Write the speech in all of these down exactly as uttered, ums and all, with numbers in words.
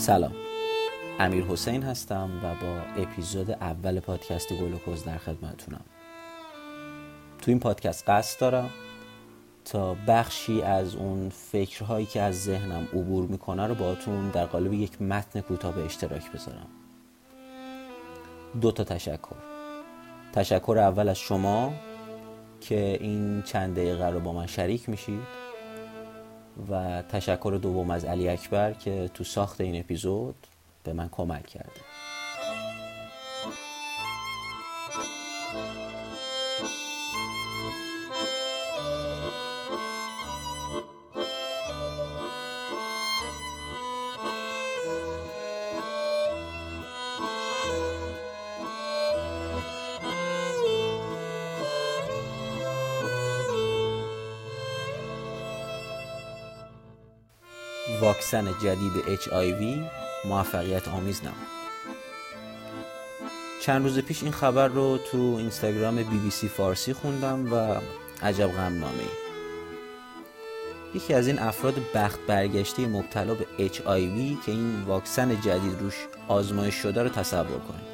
سلام، امیر حسین هستم و با اپیزود اول پادکست گلوکوز در خدمتتونم. تو این پادکست قصد دارم تا بخشی از اون فکرهایی که از ذهنم عبور میکنه رو باهاتون در قالب یک متن کوتاه به اشتراک بذارم. دو تا تشکر. تشکر اول از شما که این چند دقیقه رو با من شریک میشید و تشکر دوم از علی اکبر که تو ساخت این اپیزود به من کمک کرده. واکسن جدید اچ آی وی موفقیت آمیز نبود. چند روز پیش این خبر رو تو اینستاگرام بی بی سی فارسی خوندم و عجب غمنامه‌ای. یکی از این افراد بخت برگشته مبتلا به اچ آی وی که این واکسن جدید روش آزمایش شده رو تصور کنید.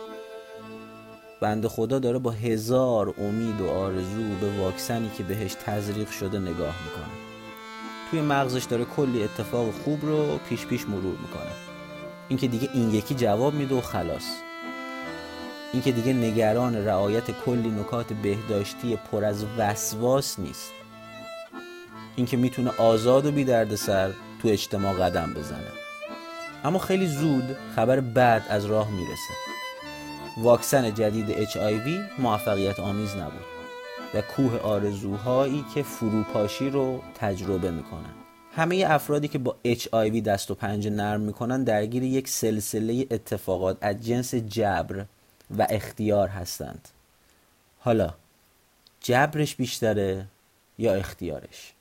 بنده خدا داره با هزار امید و آرزو به واکسنی که بهش تزریق شده نگاه میکنه. توی مغزش داره کلی اتفاق خوب رو پیش پیش مرور میکنه. این که دیگه این یکی جواب میده و خلاص. این که دیگه نگران رعایت کلی نکات بهداشتی پر از وسواس نیست. این که میتونه آزاد و بی دردسر تو اجتماع قدم بزنه. اما خیلی زود خبر بد از راه میرسه. واکسن جدید اچ آی وی موفقیت آمیز نبود و کوه آرزوهایی که فروپاشی رو تجربه میکنن. همه افرادی که با اچ آی وی دست و پنجه نرم میکنن درگیر یک سلسله اتفاقات از جنس جبر و اختیار هستند. حالا جبرش بیشتره یا اختیارش؟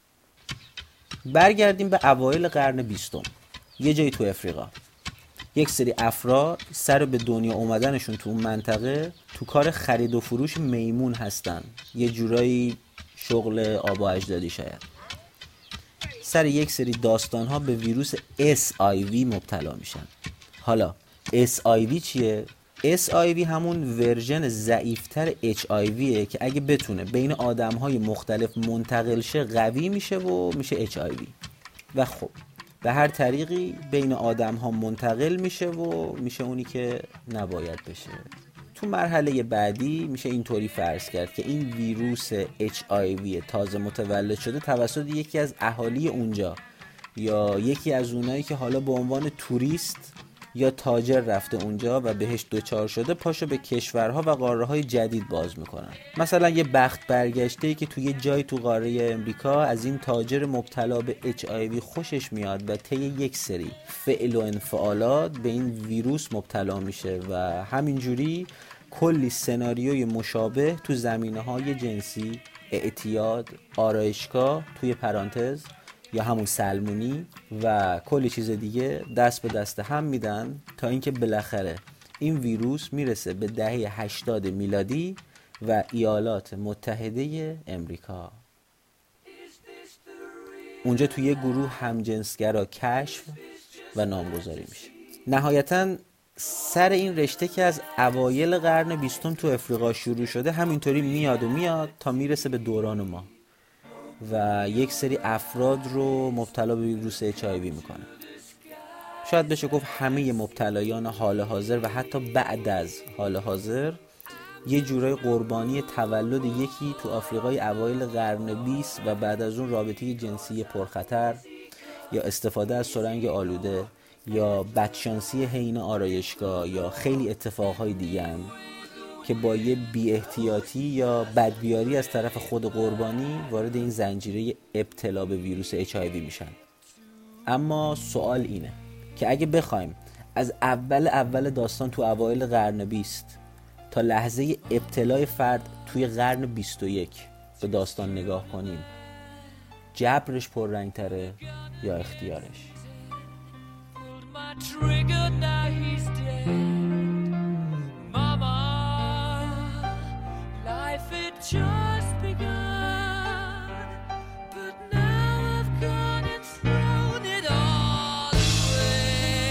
برگردیم به اوایل قرن بیستم. یه جایی تو افریقا یک سری افراد سر به دنیا اومدنشون تو اون منطقه تو کار خرید و فروش میمون هستن. یه جورایی شغل آبا اجدادی شاید. سر یک سری داستان‌ها به ویروس اس آی وی مبتلا میشن. حالا اس آی وی چیه؟ اس آی وی همون ورژن ضعیف‌تر اچ آی ویه که اگه بتونه بین آدم‌های مختلف منتقل شه قوی میشه و میشه اچ آی وی. و خب به هر طریقی بین آدم ها منتقل میشه و میشه اونی که نباید بشه. تو مرحله بعدی میشه اینطوری فرض کرد که این ویروس اچ آی وی تازه متولد شده توسط یکی از اهالی اونجا یا یکی از اونایی که حالا به عنوان توریست یا تاجر رفته اونجا و بهش دوچار شده پاشو به کشورها و قاره‌های جدید باز میکنن. مثلا یه بخت برگشته‌ای که توی جای تو قاره امریکا از این تاجر مبتلا به اچ آی وی خوشش میاد و طی یک سری فعل و انفعالات به این ویروس مبتلا میشه و همینجوری کلی سناریوی مشابه تو زمینه‌های جنسی، اعتیاد، آرایشگاه توی پرانتز یا همون سلمونی و کلی چیز دیگه دست به دست هم میدن تا اینکه بالاخره این ویروس میرسه به دهه هشتاد میلادی و ایالات متحده امریکا. اونجا توی یه گروه همجنسگرا کشف و نامگذاری میشه. نهایتاً سر این رشته که از اوایل قرن بیستم تو افریقا شروع شده همینطوری میاد و میاد تا میرسه به دوران ما و یک سری افراد رو مبتلا به ویروس اچ آی وی میکنه. شاید بشه گفت همه مبتلایان حال حاضر و حتی بعد از حال حاضر یه جورای قربانی تولد یکی تو آفریقای اوایل قرن بیست و بعد از اون رابطه جنسی پرخطر یا استفاده از سرنگ آلوده یا بدشانسی حین آرایشگاه یا خیلی اتفاقهای دیگه هم که با یه بی احتیاطی یا بدبیاری از طرف خود قربانی وارد این زنجیره ابتلا به ویروس اچ آی وی میشن. اما سوال اینه که اگه بخوایم از اول اول داستان تو اوایل قرن بیست تا لحظه ابتلای فرد توی قرن بیست و یک به داستان نگاه کنیم، جبرش پررنگ تره یا اختیارش؟ Just begun, but now I've gone and thrown it all away.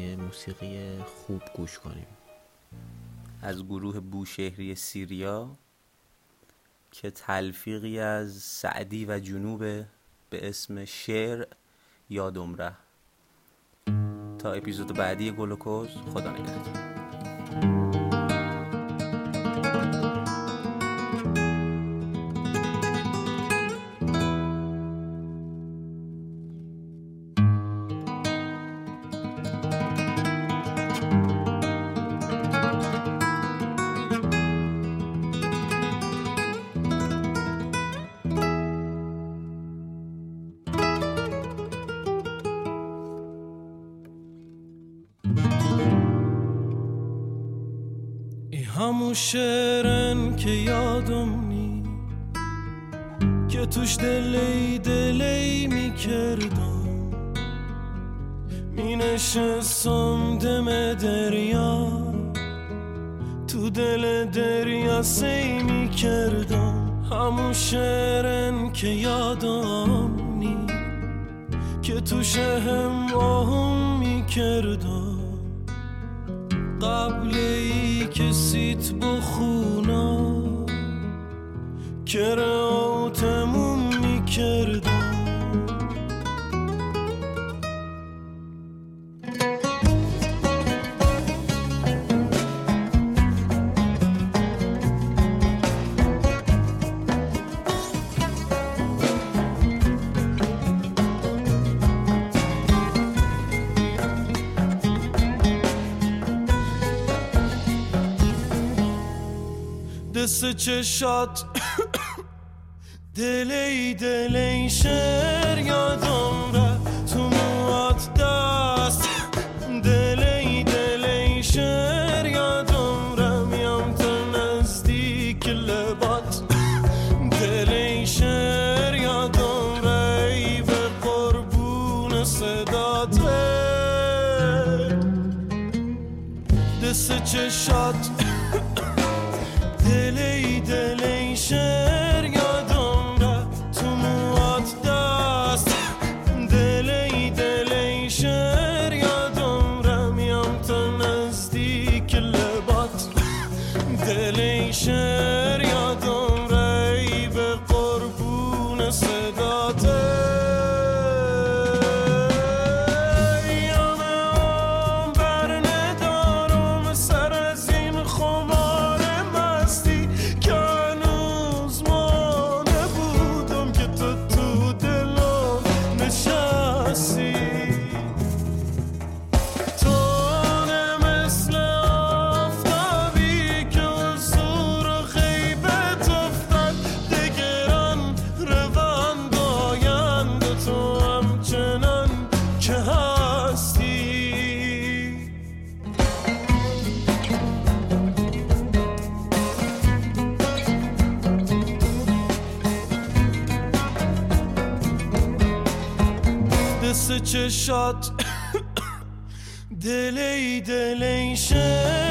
یه موسیقی خوب گوش کنیم از گروه بوشهری سیریا که تلفیقی از سعدی و جنوب به اسم شعر یادم ره. تا اپیزود بعدی گلوکوز، خدا نگهدار. همون شعرن که یادم نی که توش دلی دلی می کردم، می نشستم دم دریا، تو دل دریا سی می کردم. همون شعرن که یادم نی که توش هم آهم می کردم، قبل ای که سیت بخونا که راتمون میکردم. دست چشات دلی دلی شعر یادم ره، تو موات دست دلی دلی شعر یادم ره، میام تا نزدیک لبات دلی شعر یادم ره، ای به قربون صداته. دست چشات دلی دلی شعر یادم ره، تو موات دست دلی دلی شعر یادم ره، میام تا نزدیک لبات دلی شعر یادم ره، ای به قربون صداته. دست چشات دلی دلی شعر